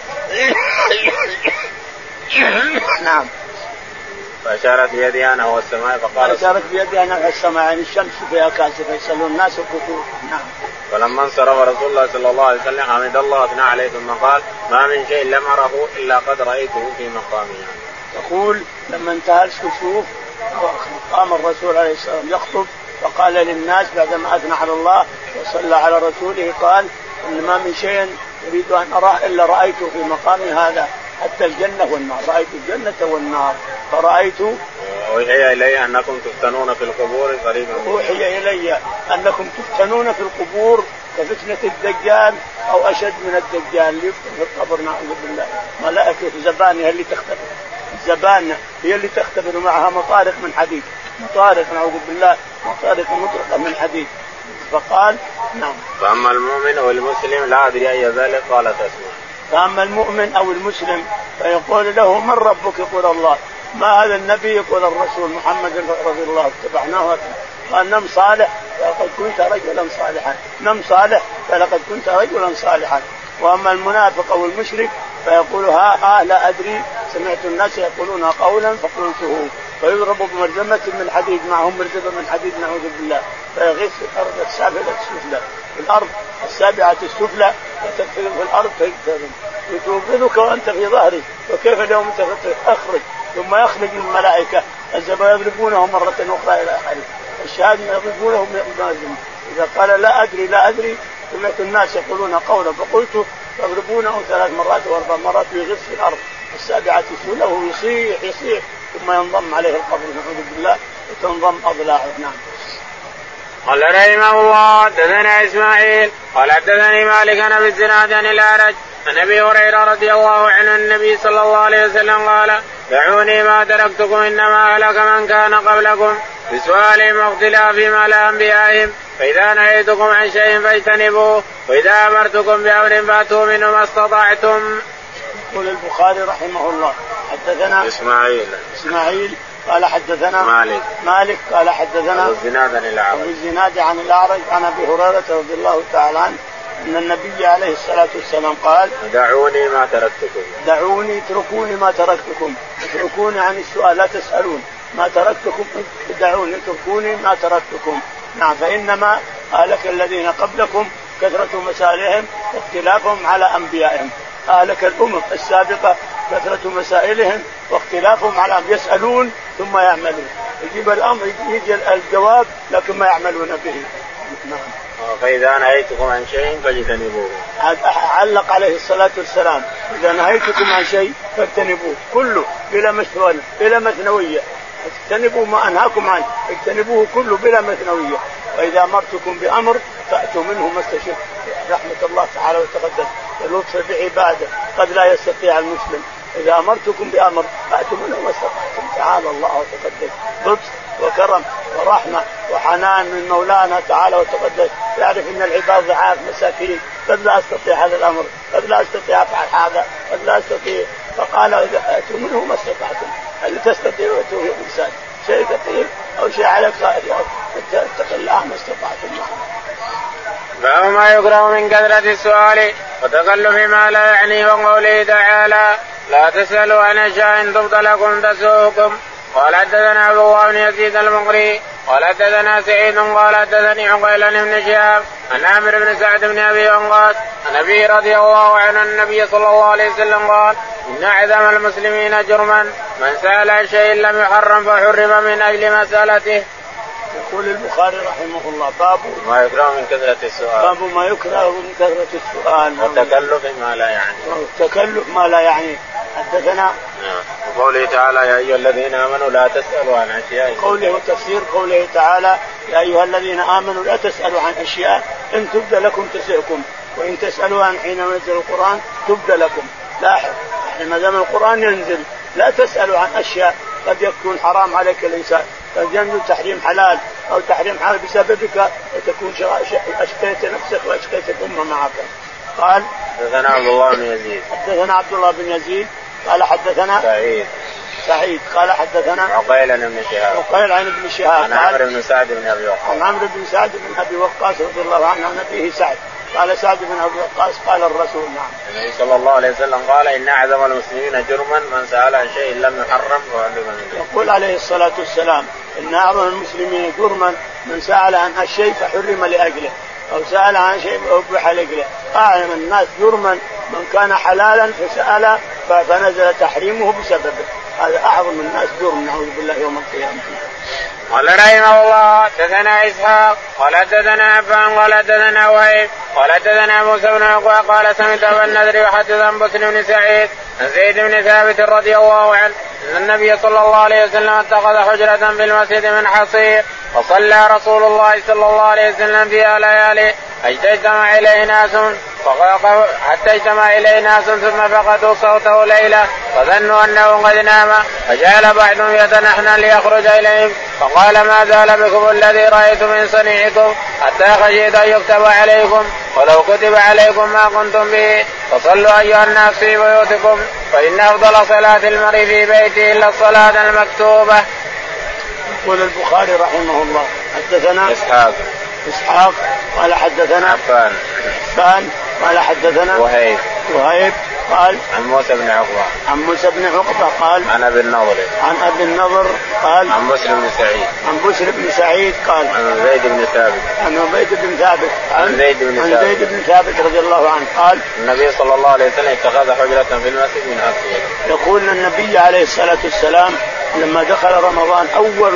نعم فأشارت بيدها نحو السماء أشارت بيدها نحو السماء يعني الشمس فيها كاسفة يصلون الناس وقتوا. نعم. فلما انصرف رسول الله صلى الله عليه وسلم حمد الله أثنى عليه ثم قال ما من شيء لم أره إلا قد رأيته في مقامي. يقول لما انتهى الكسوف قام الرسول عليه السلام يخطب فقال للناس بعدما أثنى على الله وصلى على رسوله قال إن ما من شيء أريد أن أراه إلا رأيته في مقامي هذا حتى الجنة والنار، رأيت الجنة والنار فرأيت. أوحي إلي أنكم تفتنون في القبور قريبا. أوحي إلي أنكم تفتنون في القبور كفتنة الدجال أو أشد من الدجال يفتن في القبر نعوذ بالله. ملائكة زبانة هي اللي تختبر، الزبانة هي اللي تختبر معها مطارق من حديد، مطارق نعوذ بالله، مطارق مطرقة من حديد. فقال نعم. فأما المؤمن أو المسلم لا أدري أي ذلك قال تسمع. فأما المؤمن أو المسلم فيقول له من ربك؟ يقول الله. ما هذا النبي؟ يقول الرسول محمد رضي الله اتبعناه. قال نم صالح فلقد كنت رجلا صالحا، نم صالح فلقد كنت رجلا صالحا. وأما المنافق أو المشرك فيقول لا أدري، سمعت الناس يقولون قولا فقلته، فيضرب بمرزمة من حديد، معهم مرزبة من حديد نعوذ بالله، فيغيث في الأرض السابعة السفلى، في الأرض السابعة السفلى، وتنفذ في الأرض يتوقظك وأنت في ظهري، وكيف اليوم أخرج، ثم يخرج الملائكة الزبا يضربونه مرة أخرى إلى آخره، الشهاد يضربونه بمرزمة. إذا قال لا أدري لا أدري، سمعت الناس يقولون قولا فقلت، يضربونه 3 مرات و4 مرات، ويغث في الأرض السابعة السفلى وهو يصيح ثم ينضم عليه القبر نعوذ بالله وتنضم أضلاعه. نعم. قال رحمه الله حدثنا إسماعيل قال حدثني مالك عن أبي الزناد عن الأعرج عن أبي هريرة رضي الله عنه النبي صلى الله عليه وسلم قال دعوني ما تركتكم إنما أهلك من كان قبلكم بسؤالهم واختلافهم على أنبيائهم، فإذا نهيتكم عن شيء فاجتنبوه، وإذا أمرتكم بأمر فأتوا منه ما استطعتم. يقول البخاري رحمه الله حدثنا إسماعيل قال حدثنا مالك قال حدثنا أبو الزناد عن الأعرج عن أبي هريرة رضي الله تعالى عنه أن النبي عليه الصلاة والسلام قال دعوني ما تركتكم، دعوني اتركوني ما تركتكم، اتركوني عن السؤال لا تسألون، ما تركتكم دعوني اتركوني ما تركتكم. نعم. فإنما أهلك الذين قبلكم كثرة مسائلهم واختلافهم على أنبيائهم، أهلك الأمم السابقة كثرة مسائلهم واختلافهم على يسألون ثم يعملون، يجيب الأمر يجي الجواب لكن ما يعملون به. نعم. فإذا نهيتكم عن شيء فاجتنبوه. علق عليه الصلاة والسلام إذا نهيتكم عن شيء فاجتنبوه كله بلا مشروع بلا مثنوية، اجتنبوا ما أنهاكم عنه، اجتنبوه كله بلا مثنوية. وإذا أمرتكم بأمر فأتوا منه ما استشئتم. رحمة الله تعالى وتقدس اللطف بعباده قد لا يستطيع المسلم. إذا أمرتكم بأمر فأتوا منه ما استطعتم. تعالى الله وتقدس، لطف وكرم ورحمة وحنان من مولانا تعالى وتقدس، يعرف أن العباد ضعاف مساكين، قد لا أستطيع هذا الأمر، قد لا أستطيع أفعل هذا، قد لا أستطيع، فقال إذا أتوا منه ما استطعتم. هل تستطيع أتوا إنسان شيء كثير أو شيء عليك اتق الله ما استطعتم. باب ما يكره من كثرة السؤال وتكلف ما لا يعني، وقوله تعالى لا تسألوا عن أشياء تبد لكم تسؤكم. قال حدثنا عبد الله بن يزيد المقري قال حدثنا سعيد قال حدثني عقيل بن شهاب عن عامر بن سعد بن أبي وقاص عن أبي رضي الله عنه النبي صلى الله عليه وسلم قال إن أعظم المسلمين جرما من سأل عن شيء لم يحرم فحرم من أجل مسألته. يقول البخاري رحمه الله باب ما يكره من كثرة السؤال، باب ما يكره من كثرة السؤال وتكلف ما لا يعني، تكلف ما لا يعني. حدثنا قوله تعالى يا أيها الذين آمنوا لا تسألوا عن أشياء، قوله تفسير قوله تعالى يا أيها الذين آمنوا لا تسألوا عن أشياء إن تبد لكم تسؤكم وإن تسألوا عن حين ينزل القرآن تبد لكم. لاحظ ما دام القرآن ينزل لا تسألوا عن أشياء قد يكون حرام عليك الإنسان، قد ينزل تحريم حلال أو تحريم حلال بسببك وتكون أشقيت نفسك وأشقيت الأمة معك. قال حدثنا عبد الله بن يزيد حدثنا عبد الله بن يزيد قال حدثنا سعيد قال حدثنا عقيل بن شهاب عن عمرو بن سعد بن أبي وقاص عن عمرو بن سعد بن أبي وقاص رضي الله عنه عن أبيه سعد قال سعد بن أبي وقاص قال الرسول نعم النبي صلى الله عليه وسلم قال إن أعظم المسلمين جرما من سأل عن شيء لم يحرم فحرم منه. يقول عليه الصلاة والسلام إن أعظم المسلمين جرما من سأل عن شيء فحرم لأجله أو سأل عن شيء أبيح لأجله. أعظم الناس جرما من كان حلالا فسأل فنزل تحريمه بسببه، هذا أعظم الناس جرم نعوذ بالله يوم القيامة. قال رحمه الله حدثنا إسحاق قال حدثنا عفان قال حدثنا وهيب قال حدثنا موسى بن عقبة قال سمعت أبا النضر يحدث عن بسر بن سعيد عن زيد بن ثابت رضي الله عنه أن النبي صلى الله عليه وسلم اتخذ حجرة في المسجد من حصير فصلى رسول الله صلى الله عليه وسلم فيها ليالي حتى اجتمع إليه ناس ثم فقدوا صوته ليلة فظنوا أنه قد نام فجعل بعضهم يتنحنى ليخرج إليهم فقال ما زال بكم الذي رأيت من صنيعكم حتى خشيت أن يكتب عليكم ولو كتب عليكم ما كنتم به فصلوا أيها الناس في بيوتكم فإن أفضل صلاة المرء في بيته إلا الصلاة المكتوبة. يقول البخاري رحمه الله حدثنا إسحاق قال حدثنا عفان قال حدثنا وهيب قال عن موسى بن عقبة قال عن أبي النضر قال عن بسر بن سعيد قال عن زيد بن ثابت رضي الله عنه قال النبي صلى الله عليه وسلم اتخذ حجرة في المسجد من حصير. يقول النبي عليه الصلاة والسلام لما دخل رمضان أول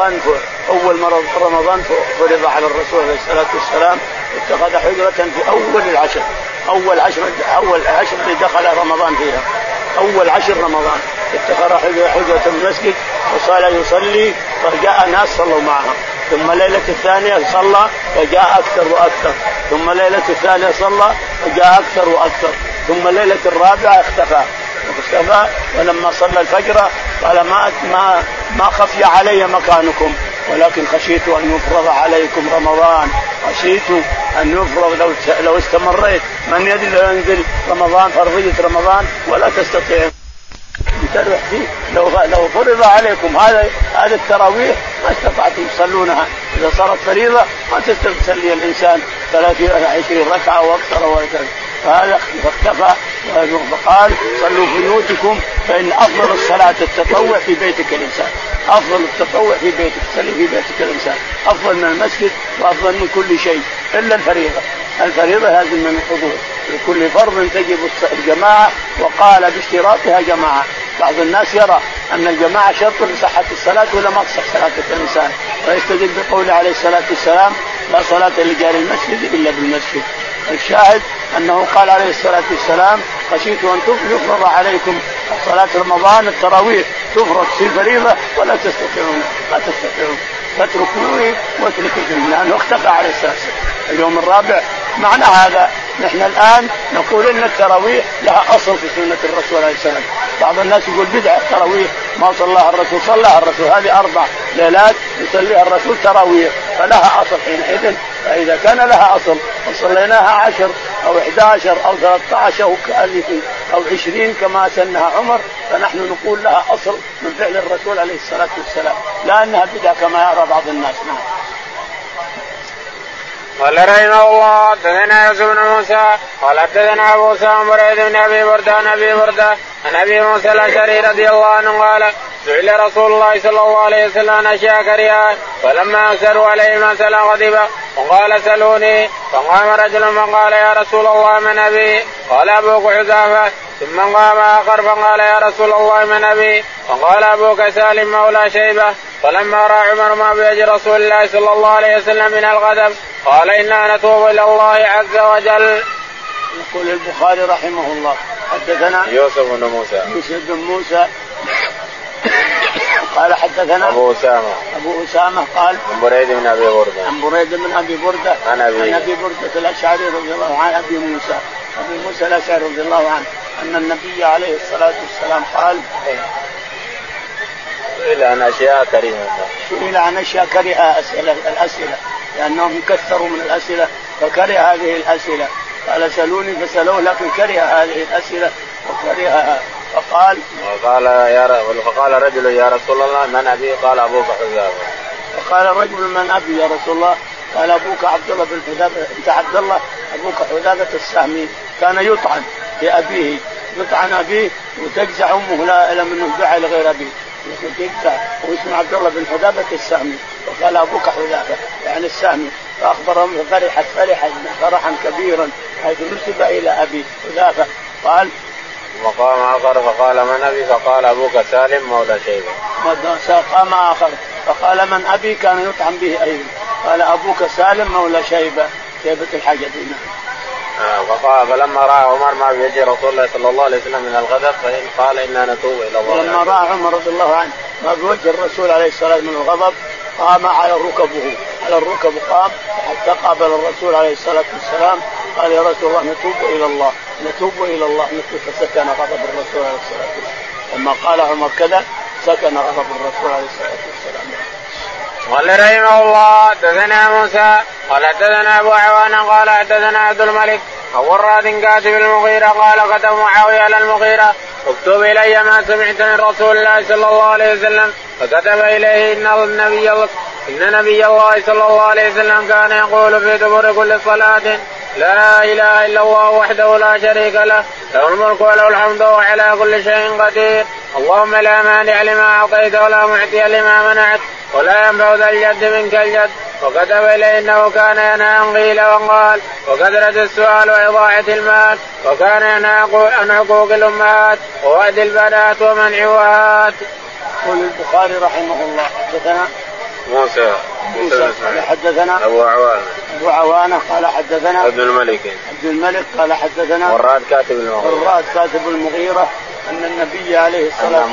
رمضان فرض على الرسول عليه الصلاة والسلام اتخذ حجرة في أول عشر اللي دخل رمضان فيها أول 10 رمضان اتخذ حجرة في المسجد وصار يصلي فجاء ناس صلوا معه ثم ليلة الثانية صلى فجاء أكثر وأكثر ثم ليلة الثالثة صلى فجاء أكثر وأكثر ثم ليلة الرابعة اختفى ولما صلى الفجر قال ما خفي علي مكانكم ولكن خشيت أن يفرض عليكم رمضان خشيت أن يفرض لو استمريت من يدري ينزل رمضان فرضية رمضان ولا تستطيع تروح فيه لو فرض عليكم هذا التراويح ما استطعتم تصلونها إذا صارت فريضة ما تستطيع تصلي الإنسان 20 ركعة وأكثر وأكثر فهذا اختفى فقال صلوا في بيوتكم فإن أفضل الصلاة التطوع في بيتك الإنسان أفضل التطوع في بيتك تصلي في بيتك الإنسان أفضل من المسجد وأفضل من كل شيء إلا الفريضة هذه من الحضور لكل فرض تجب الجماعة وقال باشتراطها جماعة. بعض الناس يرى أن الجماعة شرط لصحة الصلاة ولا ما تصح صلاة الإنسان ويستدل بقول عليه الصلاة والسلام لا صلاة لجار المسجد إلا بالمسجد. الشاهد أنه قال عليه الصلاة والسلام خشيت أن يفرض عليكم صلاة رمضان التراويح تفرض في فريضة ولا تستطيعون فتركوني واتركوا لأنه اختفى عليه الصلاة والسلام اليوم الرابع. معنى هذا نحن الآن نقول إن التراويح لها أصل في سنة الرسول عليه السلام. بعض الناس يقول بدعة التراويح ما صلاها الرسول هذه 4 ليلات يصليها الرسول تراويح فلها أصل حينئذ. فإذا كان لها أصل وصليناها 10 أو 11 أو 13 أو 20 كما سنها عمر فنحن نقول لها أصل من فعل الرسول عليه الصلاة والسلام لا أنها بدعة كما يرى بعض الناس. قال رحمه الله حدثنا يوسف بن موسى قال حدثنا أبو سام بريد بن أبي بردة عن أبي موسى الأشعري رضي الله عنه قال سئل رسول الله صلى الله عليه وسلم عن أشياء كرهها فلما أكثروا عليه مسألة غضب وقال سلوني فقام رجل فقال يا رسول الله من أبي قال أبوك حذافة ثم قام آخر فقال يا رسول الله من أبي فقال أبوك سالم مولى شيبة فلما رأى عمر ما بيد رسول الله صلى الله عليه وسلم من الغضب قال إنا نتوب إلى الله عز وجل. يقول البخاري رحمه الله حدثنا يوسف بن موسى قال حدثنا أبو أسامة قال عن بريد بن أبي بردة عن أبي بردة الأشعري رضي الله عنه أبي موسى الأشعري رضي الله عنه أن النبي عليه الصلاة والسلام قال سئل عن أشياء كرهها الأسئلة لأنهم كثروا من الأسئلة فكره هذه الأسئلة قال سألوني فسألوه لكن كره هذه الأسئلة وكرهها فقال رجل يا رسول الله من أبي قال أبوك حذافة فقال رجل من أبي يا رسول الله قال أبوك عبد الله بن حذافة أنت عبد الله أبوك حذافة السهمي كان يطعن بأبيه يطعن أبيه وتجزع أمه لا منه دعاء لغير أبيه تجزع واسمه عبد الله بن حذافة السهمي وقال أبوك حذافة يعني السهمي فأخبرهم فرحا فرحا كبيرا حيث نسب إلى أبي حذافة. قال وقام آخر فقال من أبي فقال أبوك سالم مولى شيبة. قام آخر فقال من أبي كان يطعن به أيضا قال أبوك سالم مولى شيبة الحجدين. فلما راى عمر ما بيد رسول الله صلى الله عليه وسلم من الغضب فإن قال إنا نتوب إلى الله. لما راى عمر رضي الله عنه ما بوجه الرسول عليه الصلاة والسلام من الغضب قام على الركب قام حتى قابل الرسول عليه الصلاة والسلام قال يا رسول الله نتوب إلى الله فسكن غضب الرسول عليه الصلاة والسلام. لما قال عمر كذا سكن غضب الرسول عليه الصلاة والسلام. قال رحمه الله حدثنا موسى قال حدثنا أبو عوان قال حدثنا عبد الملك أو الراد كاتب المغيرة قال كتب معاوية على المغيرة اكتب إلي ما سمعت من رسول الله صلى الله عليه وسلم فكتب إليه إن نبي الله صلى الله عليه وسلم كان يقول في دبر كل صلاة لا إله إلا الله وحده لا شريك له له الملك وله الحمد وعلى كل شيء قدير اللهم لا مانع لما أعطيت ولا معطي لما منعت ولا ينفع ذا الجد منك الجد. وكتب إليه إنه كان ينهى عن قيل وقال وكثرة السؤال وإضاعة المال وكان ينهى عن حقوق الأمهات ووعد البنات ومنعوهات. يقول البخاري رحمه الله حدثنا موسى حدثنا أبو عوانة قال حدثنا عبد الملك قال حدثنا والراد كاتب المغيرة أن النبي عليه الصلاة والسلام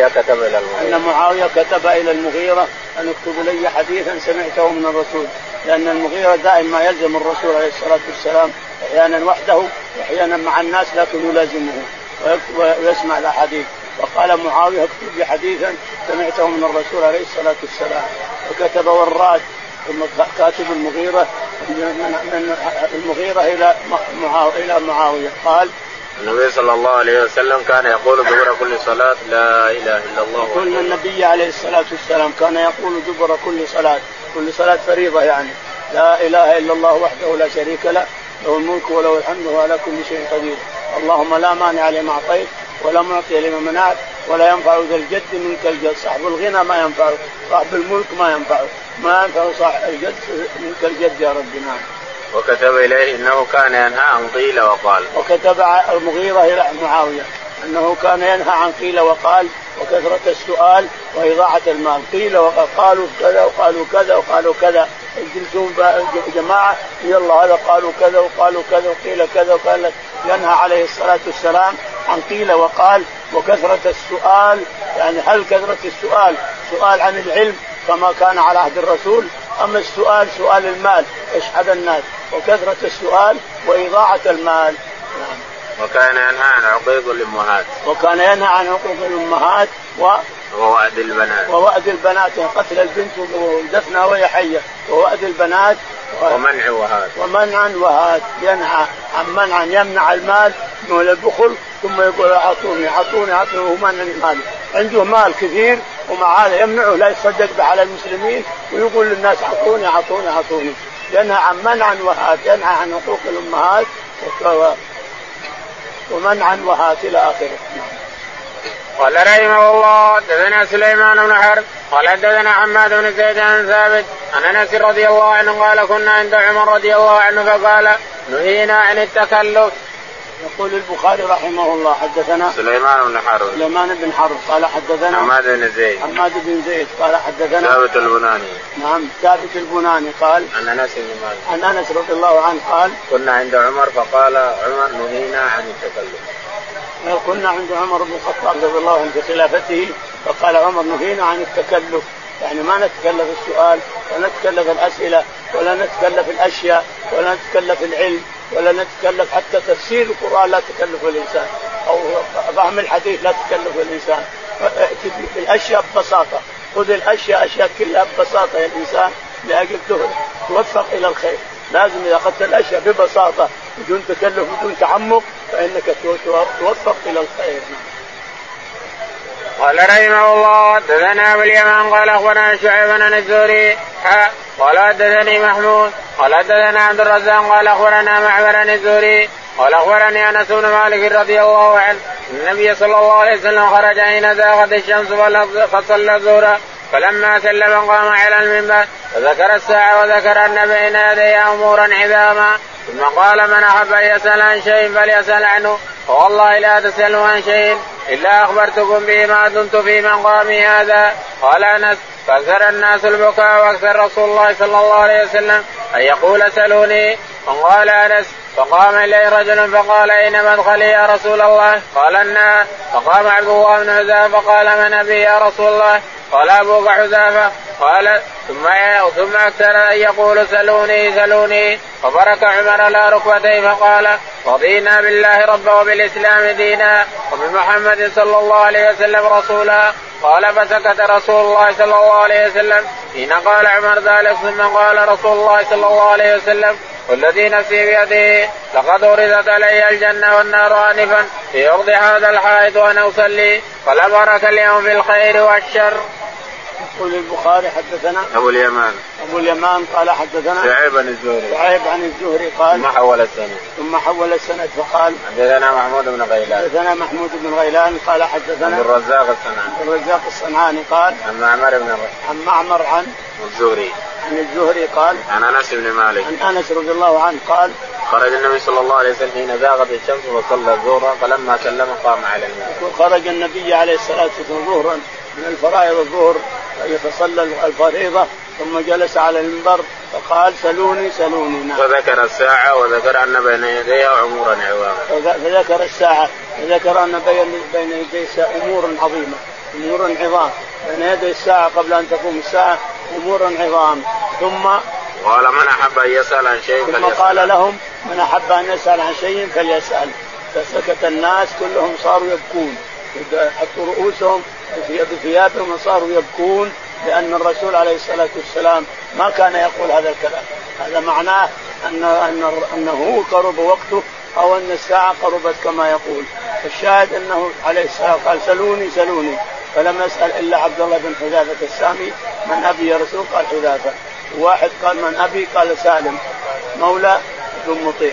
أن معاوية كتب إلى المغيرة أن اكتب لي حديثا سمعته من الرسول لأن المغيرة دائما يلزم الرسول عليه الصلاة والسلام أحيانا وحده وأحيانا مع الناس لكن يلازمه ويسمع الأحاديث. وقال معاوية اكتب لي حديثا سمعته من الرسول عليه الصلاة والسلام. وكتب وراد كاتب المغيرة من المغيرة إلى معاوية قال النبي صلى الله عليه وسلم كان يقول دبر كل صلاة لا إله إلا الله. كل النبي عليه الصلاة والسلام كان يقول دبر كل صلاة فريضة يعني لا إله إلا الله وحده لا شريك له له الملك وله الحمد وعلى كل شيء قدير اللهم لا مانع لما أعطيت ولا معطي لما منعت ولا ينفع ذا الجد منك الجد. صاحب الغنى ما ينفعه صاحب الملك ما ينفع صاحب الجد منك الجد يا ربنا. وكتب إليه إنه كان ينهى عن قيل وقال. وكتب المغيرة إلى معاوية أنه كان ينهى عن قيل وقال وكثرة السؤال وإضاعة المال. قيل وقال قالوا كذا وقالوا كذا وقالوا كذا يجلسون جماعة يلا هذا قالوا كذا وقالوا كذا وقيل كذا وقال. ينهى عليه الصلاة والسلام عن قيل وقال وكثرة السؤال يعني هل كثرة السؤال سؤال عن العلم كما كان على عهد الرسول أما السؤال سؤال المال يشحذ الناس وكثرة السؤال وإضاعة المال. وكان ينهى عن عقوق الأمهات ووعد البنات قتل البنت ودفنها وهي حية ووعد البنات ومنعا وهات. ينهى عن منعا يمنع المال من البخل ثم يقول أعطوني ومنع المال عنده مال كثير ومع هذا يمنعه لا يصدق به على المسلمين ويقول للناس أعطوني. ينهى عن منعا وهات ينهى عن حقوق الأمهات ومنعا وهات إلى آخره. قال رحمه الله حدثنا سليمان بن حرب قال حدثنا حماد بن زيد عن ثابت عن انس رضي الله عنه قال كنا عند عمر رضي الله عنه فقال نهينا عن التكلف. يقول البخاري رحمه الله حدثنا سليمان بن حرب قال حدثنا حماد بن زيد قال حدثنا ثابت البناني قال عن انس رضي الله عنه قال كنا عند عمر فقال عمر نهينا عن التكلف. كنا عند عمر بن الخطاب رضي الله عنه في خلافته فقال عمر نهينا عن التكلف يعني ما نتكلف السؤال ولا نتكلف الأسئلة ولا نتكلف الأشياء ولا نتكلف العلم ولا نتكلف حتى تفسير القرآن لا تكلف الإنسان أو فهم الحديث لا تكلف الإنسان. الأشياء ببساطة خذ الأشياء كلها ببساطة يا الإنسان لأجل توفق إلى الخير. لازم إذا أخذت الأشياء ببساطة بدون تكلف بدون تعمق فإنك توفق إلى الخير. قال رحمه الله حدثنا ابو اليمان قال اخبرنا شعيب عن الزهري قال حدثني محمود قال حدثنا عبد الرزاق قال اخبرنا معمر عن الزهري قال اخبرني انس بن مالك رضي الله عنه النبي صلى الله عليه وسلم خرج حين زاغت الشمس فصلى الظهر فلما سلم قام على المنبر فذكر الساعة وذكر أن بين يديه أمورا عظاما ثم قال من أحب أن يسأل عن شيء فليسأل عنه فوالله لا تسألوا عن شيء إلا أخبرتكم به ما دمت في مقامي هذا. قال أنس فأكثر الناس البكاء وأكثر رسول الله صلى الله عليه وسلم أن يقول سألوني. وقال أنس فقام إليه رجل فقال أين مدخلي يا رسول الله؟ قال النار. فقام عبد الله بن حذافة فقال من أبي يا رسول الله؟ قال أبوك حذافة. قال ثم أكثر أن يقول سلوني سلوني. فبرك عمر على ركبتيه فقال رضينا بالله ربا وبالإسلام دينا وبمحمد صلى الله عليه وسلم رسولا. قال فسكت رسول الله صلى الله عليه وسلم حين قال عمر ذلك ثم قال رسول الله صلى الله عليه وسلم والذي نفسي بيده لقد عرضت علي الجنة والنار آنفا في أرض هذا الحائط وأنا أصلي فلا بركة اليوم في الخير والشر. يقول البخاري حدثنا أبو اليمان قال حدثنا شعيب عن الزهري قال ثم حول السند فقال حدثنا محمود بن غيلان قال حدثنا عبد الرزاق الصنعاني قال عن معمر عن الزهري قال عن أنس رضي الله عنه قال خرج النبي صلى الله عليه وسلم حين زاغت الشمس وصلى الظهر فلما سلم قام على المنبر. خرج النبي عليه الصلاة والسلام ظهرا من الفرائض الظهر يتصلى الفريضة ثم جلس على المنبر فقال سلوني. فذكر الساعة وذكر أن بين يديها أمورا عظاما. فذكر الساعة وذكر أن بين يديها أمور عظيمة أمور عظام بين يدي الساعة قبل أن تقوم الساعة أمور عظام. ثم قال من أحب أن يسأل عن شيء ثم قال لهم من أحب أن يسأل عن شيء فليسأل. فسكت الناس كلهم صاروا يبكون حطوا رؤوسهم بثيابهم وصاروا يبكون لأن الرسول عليه الصلاة والسلام ما كان يقول هذا الكلام. هذا معناه أنه قرب وقته أو أن الساعة قربت كما يقول. الشاهد أنه عليه السلام قال سلوني فلم يسأل إلا عبد الله بن حذافة السامي من أبي يا رسول؟ قال حذافة. واحد قال من أبي؟ قال سالم مولى بن مطيع.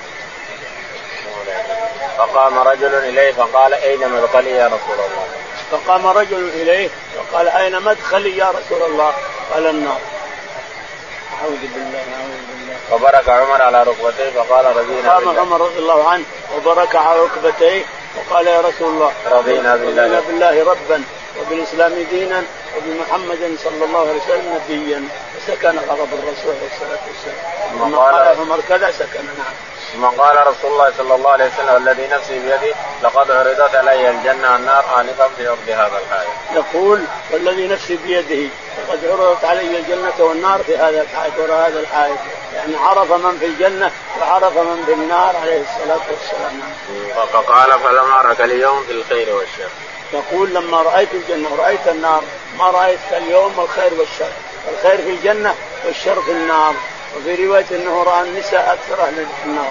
فقام رجل إليه فقال أين مدخلي يا رسول الله؟ فقام رجل إليه وقال أين مدخلي يا رسول الله؟ قال النار. أعوذ بالله. فبرك عمر على ركبتيه فقال رضينا بالله. قام عمر رضي الله عنه وبرك على ركبتيه وقال يا رسول الله رضينا بالله ربا وبالإسلام دينا وبمحمد صلى الله عليه وسلم نبيا. سكن غضب الرسول عليه الصلاة والسلام. لما قال عمر كذا سكن. نعم. ثم قال رسول الله صلى الله عليه وسلم الذي نفسي بيده لقد عرضت علي الجنة والنار آنفا في أرض هذا الحائط. يقول والذي نفسي بيده لقد عرضت علي الجنة والنار في هذا الحائط وراء هذا الحائط. يعني عرف من في الجنة وعرف من في النار عليه الصلاة والسلام. فقال فلم أرك اليوم في الخير والشر. يقول لما رأيت الجنة ورأيت النار ما رأيت اليوم الخير والشر. الخير في الجنة والشر في النار. وفي رواية أنه رأى النساء أكثر أهل النار.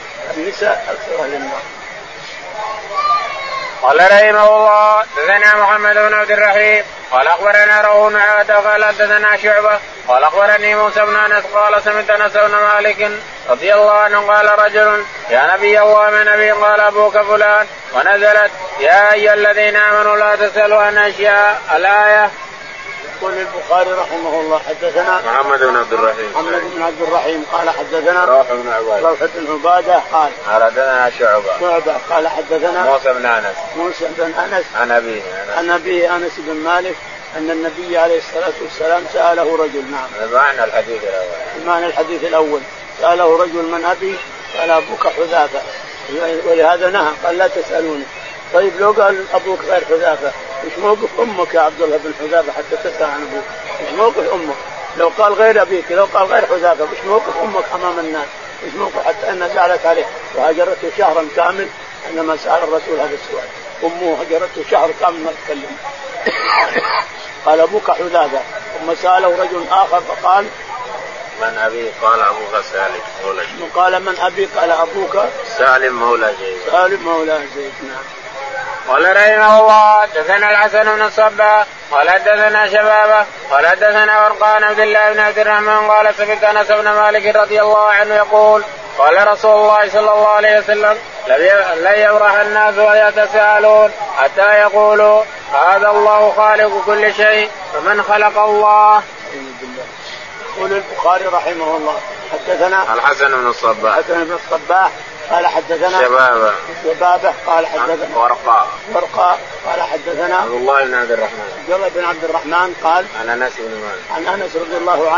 قال رحمه الله حدثنا محمد بن عبد الرحيم قال أخبرنا روح بن عبادة قال حدثنا شعبة قال أخبرني موسى بن أنس قال سمعت أنس بن مالك رضي الله عنه قال رجل يا نبي الله من نبي؟ قال أبوك فلان. ونزلت يا أيها الذين آمنوا لا تسألوا عن أشياء الآية. يقول البخاري رحمه الله حدثنا محمد بن عبد الرحيم قال حدثنا روح بن عبادة قال حدثنا شعبة قال حدثنا موسى بن أنس عن أبيه أنس بن مالك أن النبي عليه الصلاة والسلام سأله رجل. نعم. معنى الحديث الأول سأله رجل من أبي؟ قال أبوك حذافة. ولهذا نهى قال لا تسألوني. طيب لو قال أبوك غير حذافة مش موقف أمك يا عبد الله بن حذافة حتى تسأل عن أبوك؟ مش موقف أمك. لو قال غير أبيك لو قال غير حذافة مش موقف أمك أمام الناس؟ مش موقف حتى أنها زعلت عليه وهجرته شهرا كامل عندما سأل الرسول هذا السؤال. أمه هجرته شهر كامل ما تكلم. قال أبوك حذافة. ثم سأله رجل آخر فقال من أبي؟ قال أبوك سالم مولى زيد. قال من أبي؟ قال أبوك سالم مولى زيد. نعم. قال رحمه الله حدثنا الحسن بن الصباح قال حدثنا شبابه قال حدثنا ورقان عبد الله بن عبد الرحمن قال سمعت أنس بن مالك رضي الله عنه يقول قال رسول الله صلى الله عليه وسلم لن يبرح الناس ويتساءلون حتى يقولوا هذا الله خالق كل شيء فمن خلق الله. يقول البخاري رحمه الله حدثنا الحسن بن الصباح قال حدثنا شبابه قال حدثنا ورقاء قال حدثنا عبد الله بن عبد الرحمن قال عن أنس رضي الله عنه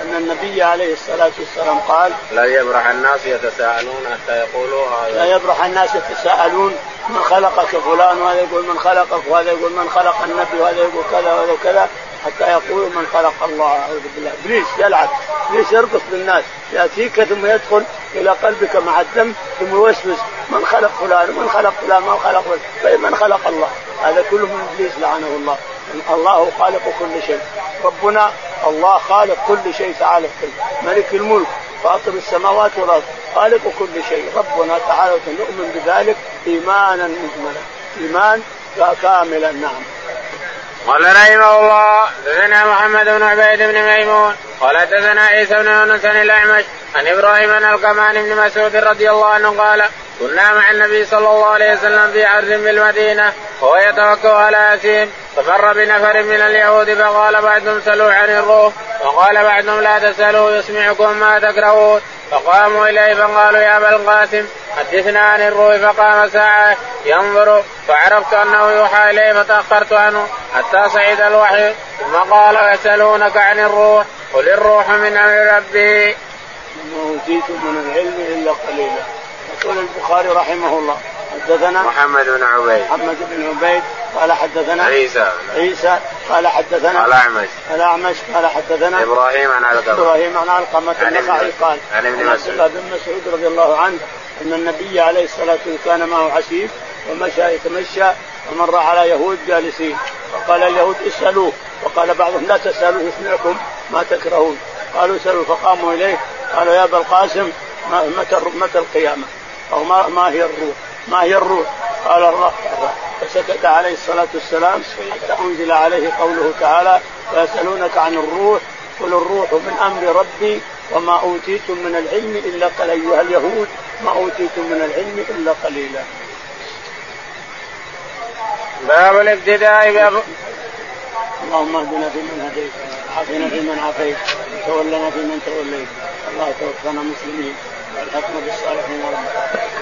أن النبي عليه الصلاة والسلام قال لا يبرح الناس يتساءلون حتى يقولوا لا يبرح الناس يتساءلون من خلقك فلان، وهذا يقول من خلقك، وهذا يقول من خلق النبي، وهذا يقول كذا وهذا كذا، حتى يقول من خلق الله. أعوذ بالله. إبليس يلعب، إبليس يرقص بالناس، يأتيك ثم يدخل إلى قلبك مع الدم ثم يوسوس من خلق فلان ومن خلق فلان من خلق فلان، طيب من خلق الله؟ هذا كله من إبليس لعنه الله. الله خالق كل شيء، ربنا الله خالق كل شيء تعالى، ملك الملك فاطر السماوات والأرض، خالق كل شيء ربنا تعالى، نؤمن بذلك إيمانا مجملا، إيمان كاملا. نعم. قال رحمه الله حدثنا محمد بن عبيد بن ميمون قال حدثنا عيسى بن يونس الأعمش عن إبراهيم بن القمان بن مسعود رضي الله عنه قال كنا مع النبي صلى الله عليه وسلم في عرض بالمدينة وهو يتوكل على يسيم، ففر بنفر من اليهود فقال بعضهم سلوا عن الروح وقال بعضهم لا تسألوا يسمعكم ما تكرهون، فقاموا إليه فقالوا يا أبا القاسم حدثنا عن الروح، فقام ساعة ينظر فعرفت أنه يوحى إليه فتأخرت عنه حتى صعد الوحي، ثم قال يسألونك عن الروح قل الروح من أمر ربي ما أوتيتم من العلم إلا قليلا. يقول البخاري رحمه الله حدثنا محمد بن عبيد قال حدثنا عيسى قال حدثنا الأعمش قال حدثنا إبراهيم عن علقمة النخعي قال عن ابن مسعود رضي الله عنه أن النبي عليه الصلاة والسلام كان معه عشيب ومشى يتمشى ومر على يهود جالسين، فقال اليهود اسألوه، وقال بعضهم لا تسألوا يسمعكم ما تكرهون، قالوا اسألوا، فقاموا إليه قالوا يا أبا القاسم متى القيامة، أو ما هي الروح قال الله، فسكت عليه الصلاة والسلام حتى أنزل عليه قوله تعالى ويسألونك عن الروح قل الروح من أمر ربي وما أوتيتم من العلم إلا قليلا، أيها اليهود ما أوتيتم من العلم إلا قليلا. باب الابتداء. اللهم اهدنا فيمن هديت، عافنا فيمن عافيت، تولنا فيمن توليت، الله توفنا مسلمين والحقنا بالصالحين.